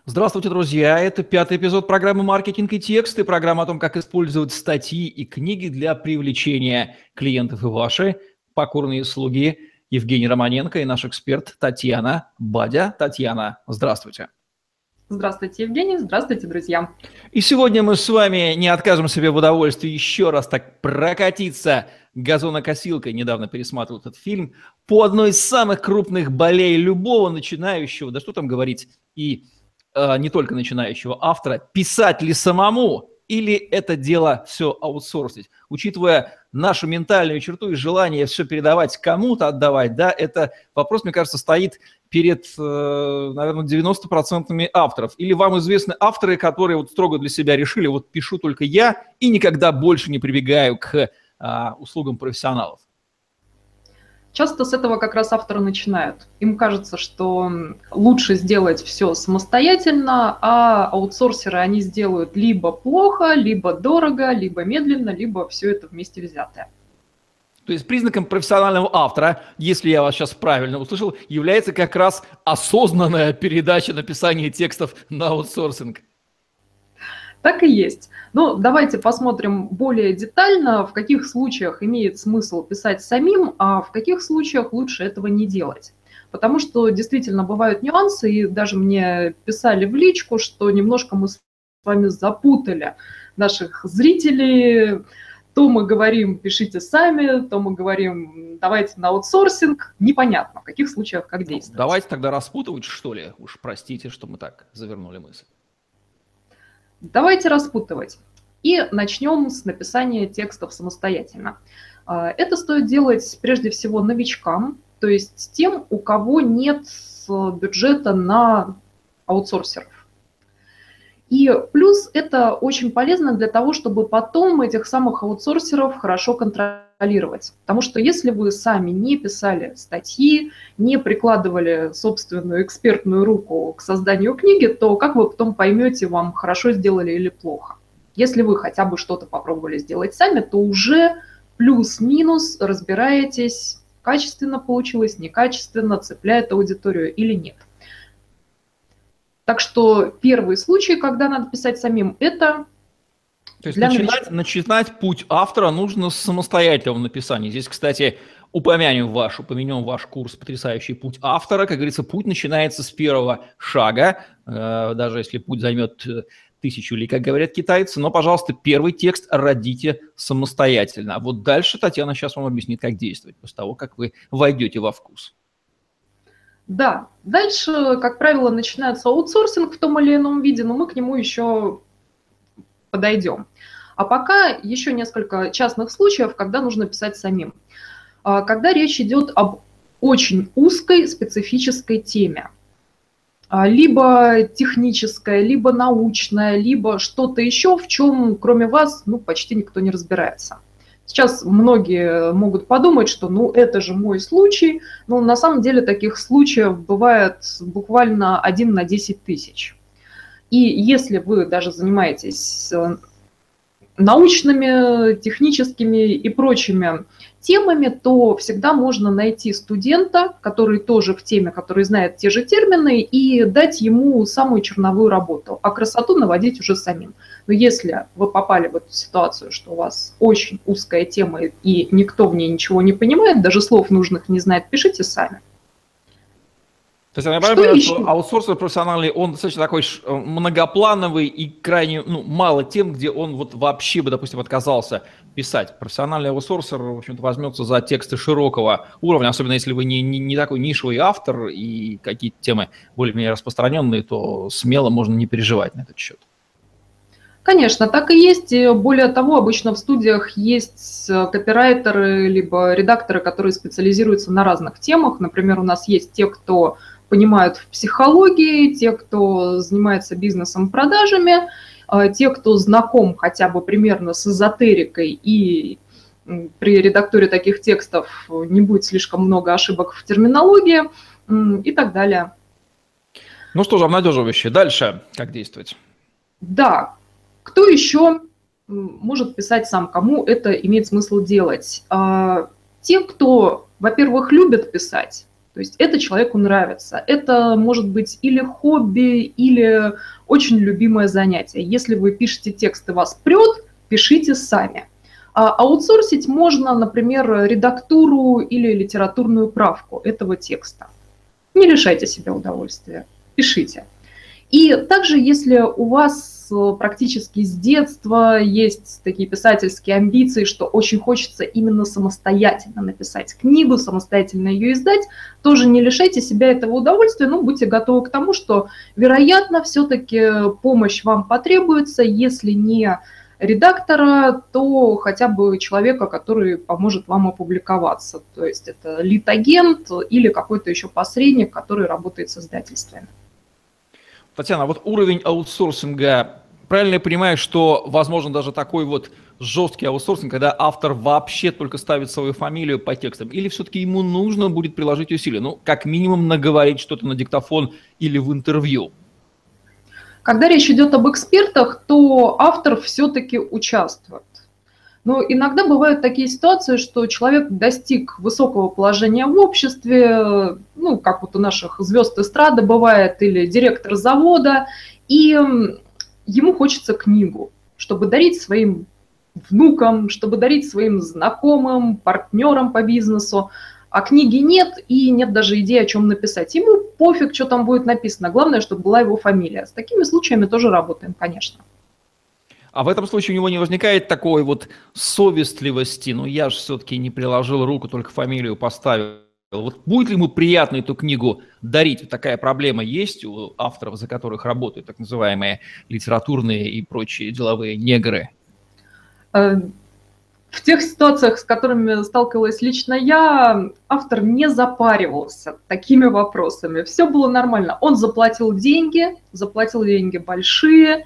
Здравствуйте, друзья! Это пятый эпизод программы «Маркетинг и тексты», программа о том, как использовать статьи и книги для привлечения клиентов и ваши покорные слуги Евгений Романенко и наш эксперт Татьяна Бадя. Татьяна, здравствуйте! Здравствуйте, Евгений. Здравствуйте, друзья. И сегодня мы с вами не откажем себе в удовольствии еще раз так прокатиться газонокосилкой, недавно пересматривал этот фильм, по одной из самых крупных болей любого начинающего, да что там говорить, и не только начинающего автора, писать ли самому или это дело все аутсорсить. Учитывая нашу ментальную черту и желание все передавать кому-то, отдавать, да, это вопрос, мне кажется, стоит перед, наверное, 90% авторов. Или вам известны авторы, которые вот строго для себя решили, вот пишу только я и никогда больше не прибегаю к услугам профессионалов? Часто с этого как раз авторы начинают. Им кажется, что лучше сделать все самостоятельно, а аутсорсеры они сделают либо плохо, либо дорого, либо медленно, либо все это вместе взятое. То есть признаком профессионального автора, если я вас сейчас правильно услышал, является как раз осознанная передача написания текстов на аутсорсинг. Так и есть. Но давайте посмотрим более детально, в каких случаях имеет смысл писать самим, а в каких случаях лучше этого не делать. Потому что действительно бывают нюансы, и даже мне писали в личку, что немножко мы с вами запутали наших зрителей. То мы говорим, пишите сами, то мы говорим, давайте на аутсорсинг. Непонятно, в каких случаях как действовать. Давайте тогда распутывать, что ли. Уж простите, что мы так завернули мысль. Давайте распутывать. И начнем с написания текстов самостоятельно. Это стоит делать прежде всего новичкам, то есть тем, у кого нет бюджета на аутсорсеров. И плюс это очень полезно для того, чтобы потом этих самых аутсорсеров хорошо контролировать. Потому что если вы сами не писали статьи, не прикладывали собственную экспертную руку к созданию книги, то как вы потом поймете, вам хорошо сделали или плохо? Если вы хотя бы что-то попробовали сделать сами, то уже плюс-минус разбираетесь, качественно получилось, некачественно, цепляет аудиторию или нет. Так что первый случай, когда надо писать самим, это то есть начинать путь автора нужно с самостоятельного написания. Здесь, кстати, упомянем ваш курс «Потрясающий путь автора». Как говорится, путь начинается с первого шага, даже если путь займет 1000 или, как говорят китайцы. Но, пожалуйста, первый текст родите самостоятельно. А вот дальше Татьяна сейчас вам объяснит, как действовать после того, как вы войдете во вкус. Да, дальше, как правило, начинается аутсорсинг в том или ином виде, но мы к нему еще подойдем. А пока еще несколько частных случаев, когда нужно писать самим. Когда речь идет об очень узкой специфической теме, либо техническая, либо научная, либо что-то еще, в чем кроме вас почти никто не разбирается. Сейчас многие могут подумать, что это же мой случай, но на самом деле таких случаев бывает буквально 1 на 10 тысяч. И если вы даже занимаетесь научными, техническими и прочими темами, то всегда можно найти студента, который тоже в теме, который знает те же термины, и дать ему самую черновую работу, а красоту наводить уже самим. Но если вы попали в эту ситуацию, что у вас очень узкая тема, и никто в ней ничего не понимает, даже слов нужных не знает, пишите сами. То есть я понимаю, что аутсорсер профессиональный, он достаточно такой многоплановый и крайне мало тем, где он вот вообще бы, допустим, отказался писать. Профессиональный аутсорсер, в общем-то, возьмется за тексты широкого уровня, особенно если вы не такой нишевый автор и какие-то темы более-менее распространенные, то смело можно не переживать на этот счет. Конечно, так и есть. И более того, обычно в студиях есть копирайтеры либо редакторы, которые специализируются на разных темах. Например, у нас есть те, кто понимают в психологии, те, кто занимается бизнесом, продажами, те, кто знаком хотя бы примерно с эзотерикой, и при редактуре таких текстов не будет слишком много ошибок в терминологии и так далее. Ну что же, обнадеживающе. Дальше как действовать? Да. Кто еще может писать сам, кому это имеет смысл делать? Те, кто, во-первых, любят писать, То есть это человеку нравится. Это может быть или хобби, или очень любимое занятие. Если вы пишете текст и вас прет, пишите сами. А аутсорсить можно, например, редактуру или литературную правку этого текста. Не лишайте себя удовольствия, пишите. И также, если у вас практически с детства есть такие писательские амбиции, что очень хочется именно самостоятельно написать книгу, самостоятельно ее издать, тоже не лишайте себя этого удовольствия, но будьте готовы к тому, что, вероятно, все-таки помощь вам потребуется, если не редактора, то хотя бы человека, который поможет вам опубликоваться. То есть это лид-агент или какой-то еще посредник, который работает с издательствами. Татьяна, вот уровень аутсорсинга, правильно я понимаю, что возможно даже такой вот жесткий аутсорсинг, когда автор вообще только ставит свою фамилию по текстам, или все-таки ему нужно будет приложить усилия, ну, как минимум наговорить что-то на диктофон или в интервью? Когда речь идет об экспертах, то автор все-таки участвует. Но иногда бывают такие ситуации, что человек достиг высокого положения в обществе, ну, как вот у наших звезд эстрады бывает, или директор завода, и ему хочется книгу, чтобы дарить своим внукам, чтобы дарить своим знакомым, партнерам по бизнесу. А книги нет, и нет даже идеи, о чем написать. Ему пофиг, что там будет написано. Главное, чтобы была его фамилия. С такими случаями тоже работаем, конечно. А в этом случае у него не возникает такой вот совестливости, ну я же все-таки не приложил руку, только фамилию поставил. Вот будет ли ему приятно эту книгу дарить? Вот такая проблема есть у авторов, за которых работают так называемые литературные и прочие деловые негры? В тех ситуациях, с которыми сталкивалась лично я, автор не запаривался такими вопросами. Все было нормально. Он заплатил деньги большие,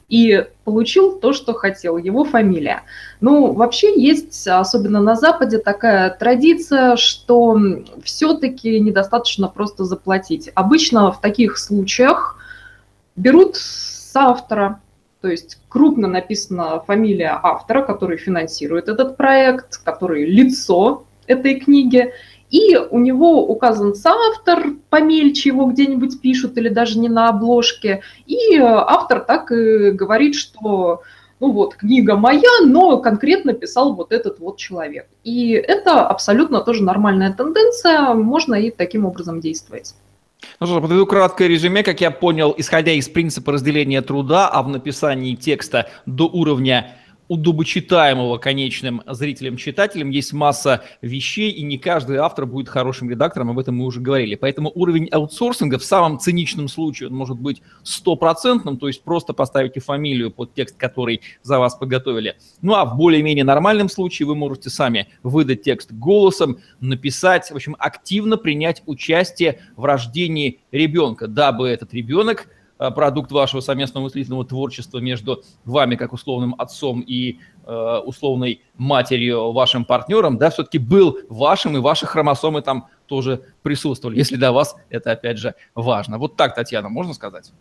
и получил то, что хотел, его фамилия. Ну, вообще есть, особенно на Западе, такая традиция, что все-таки недостаточно просто заплатить. Обычно в таких случаях берут с автора, то есть крупно написана фамилия автора, который финансирует этот проект, который лицо этой книги, и у него указан соавтор, помельче его где-нибудь пишут или даже не на обложке, и автор так и говорит, что ну вот, книга моя, но конкретно писал вот этот вот человек. И это абсолютно тоже нормальная тенденция, можно и таким образом действовать. Ну что ж, подведу краткое резюме. Как я понял, исходя из принципа разделения труда, а в написании текста до уровня удобочитаемого конечным зрителям-читателям есть масса вещей, и не каждый автор будет хорошим редактором, об этом мы уже говорили. Поэтому уровень аутсорсинга в самом циничном случае он может быть 100%, то есть просто поставите фамилию под текст, который за вас подготовили. Ну а в более-менее нормальном случае вы можете сами выдать текст голосом, написать, в общем, активно принять участие в рождении ребенка, дабы этот ребенок, продукт вашего совместного мыслительного творчества между вами, как условным отцом, и условной матерью, вашим партнером, да, все-таки был вашим, и ваши хромосомы там тоже присутствовали, если для вас это, опять же, важно. Вот так, Татьяна, можно сказать?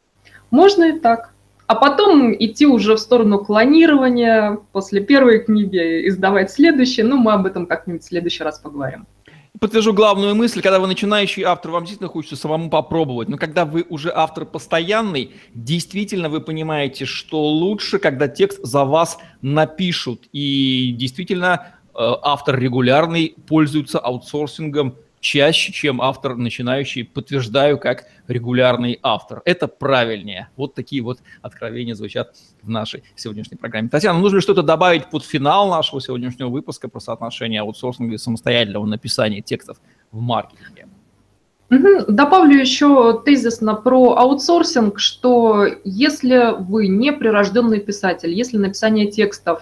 Можно и так. А потом идти уже в сторону клонирования, после первой книги издавать следующие, ну, мы об этом как-нибудь в следующий раз поговорим. Подтвержу главную мысль, когда вы начинающий автор, вам действительно хочется самому попробовать, но когда вы уже автор постоянный, действительно вы понимаете, что лучше, когда текст за вас напишут, и действительно автор регулярный пользуется аутсорсингом чаще, чем автор начинающий, подтверждаю, как регулярный автор. Это правильнее. Вот такие вот откровения звучат в нашей сегодняшней программе. Татьяна, нужно ли что-то добавить под финал нашего сегодняшнего выпуска про соотношение аутсорсинга и самостоятельного написания текстов в маркетинге? Добавлю еще тезисно про аутсорсинг, что если вы не прирожденный писатель, если написание текстов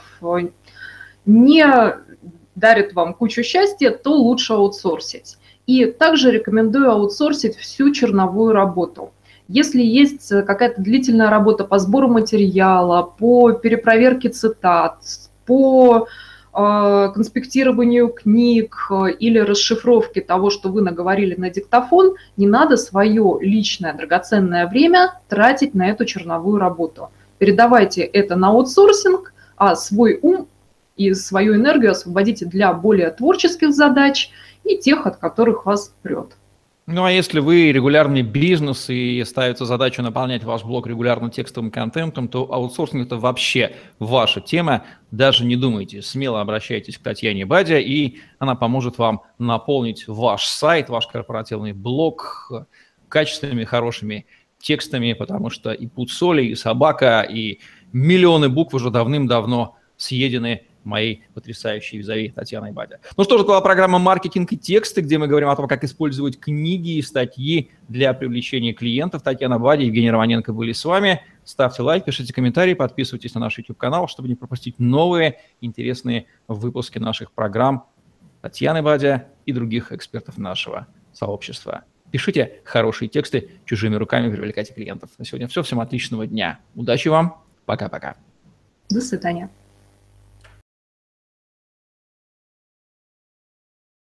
не дарит вам кучу счастья, то лучше аутсорсить. И также рекомендую аутсорсить всю черновую работу. Если есть какая-то длительная работа по сбору материала, по перепроверке цитат, по конспектированию книг или расшифровке того, что вы наговорили на диктофон, не надо свое личное драгоценное время тратить на эту черновую работу. Передавайте это на аутсорсинг, а свой ум и свою энергию освободите для более творческих задач и тех, от которых вас прет. Ну, а если вы регулярный бизнес и ставите задачу наполнять ваш блог регулярным текстовым контентом, то аутсорсинг – это вообще ваша тема. Даже не думайте, смело обращайтесь к Татьяне Бадя, и она поможет вам наполнить ваш сайт, ваш корпоративный блог качественными, хорошими текстами, потому что и пуд соли, и собака, и миллионы букв уже давным-давно съедены моей потрясающей визави Татьяной Бадя. Ну что же, это была программа «Маркетинг и тексты», где мы говорим о том, как использовать книги и статьи для привлечения клиентов. Татьяна Бадя и Евгений Романенко были с вами. Ставьте лайк, пишите комментарии, подписывайтесь на наш YouTube-канал, чтобы не пропустить новые интересные выпуски наших программ Татьяны Бадя и других экспертов нашего сообщества. Пишите хорошие тексты, чужими руками привлекайте клиентов. На сегодня все. Всем отличного дня. Удачи вам. Пока-пока. До свидания.